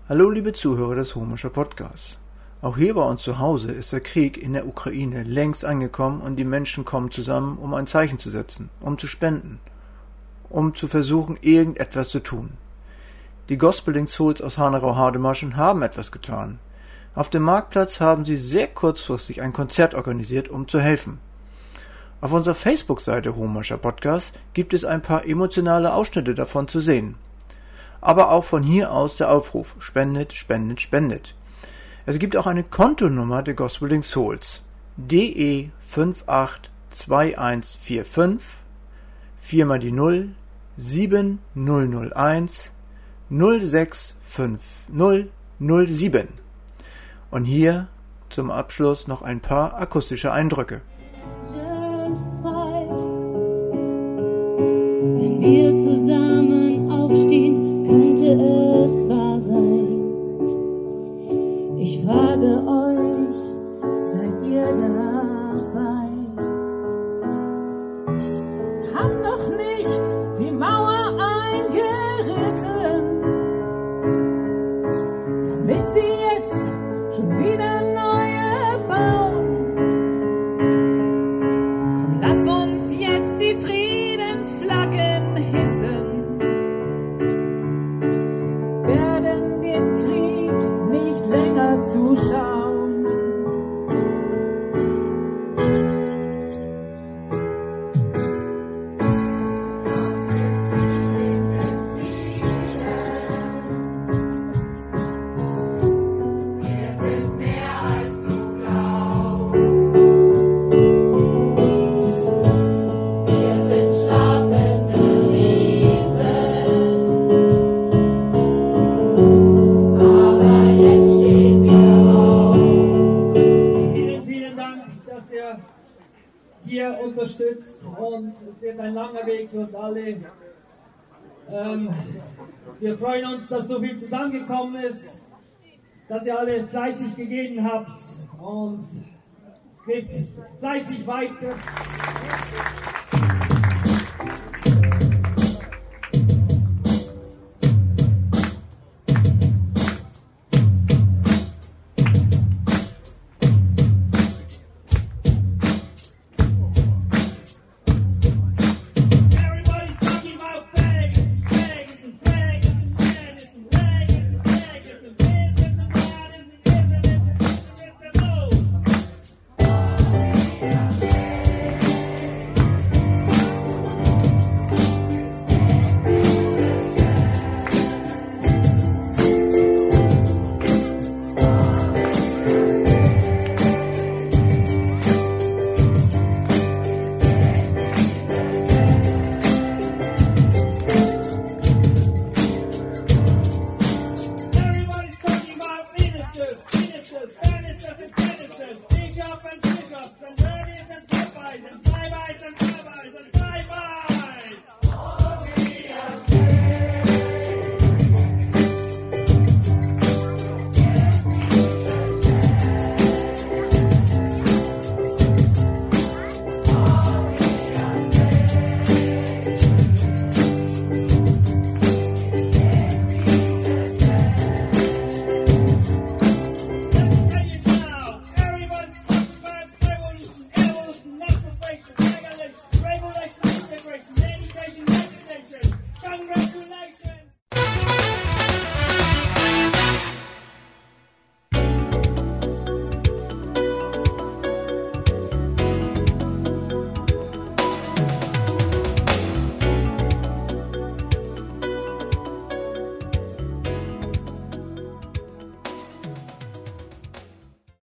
Hallo liebe Zuhörer des Homischer Podcasts. Auch hier bei uns zu Hause ist der Krieg in der Ukraine längst angekommen und die Menschen kommen zusammen, um ein Zeichen zu setzen, um zu spenden, um zu versuchen, irgendetwas zu tun. Die Gospeling Souls aus Hanau-Hademaschen haben etwas getan. Auf dem Marktplatz haben sie sehr kurzfristig ein Konzert organisiert, um zu helfen. Auf unserer Facebook-Seite Homischer Podcast gibt es ein paar emotionale Ausschnitte davon zu sehen. Aber auch von hier aus der Aufruf: Spendet, spendet, spendet. Es gibt auch eine Kontonummer der Gospeling Souls. DE 582145 4 mal die 0 7001 065007. Und hier zum Abschluss noch ein paar akustische Eindrücke. Wenn wir zusammen aufstehen, könnte es wahr sein. Ich frage euch, seid ihr dabei? Haben doch nicht die Mauer eingerissen, damit sie jetzt schon wieder neue bauen. Komm, lass uns jetzt die Friedensflaggen hissen. Werden dem Krieg nicht länger zuschauen. Wir sind mehr als du glaubst. Wir sind schlafende Riesen. Aber jetzt stehen wir auf. Vielen, vielen Dank, dass ihr hier unterstützt, und es wird ein langer Weg für uns alle. Wir freuen uns, dass so viel zusammengekommen ist, dass ihr alle fleißig gegeben habt, und geht fleißig weiter. Everybody's talking about Vegas and Vegas and Vegas and Vegas and Vegas and Vegas and Vegas and that and this and this and those. Everybody's talking about ministers, ministers, ministers and ministers, bishops and bishops, and rabbis and rabbis, and rabbis and rabbis.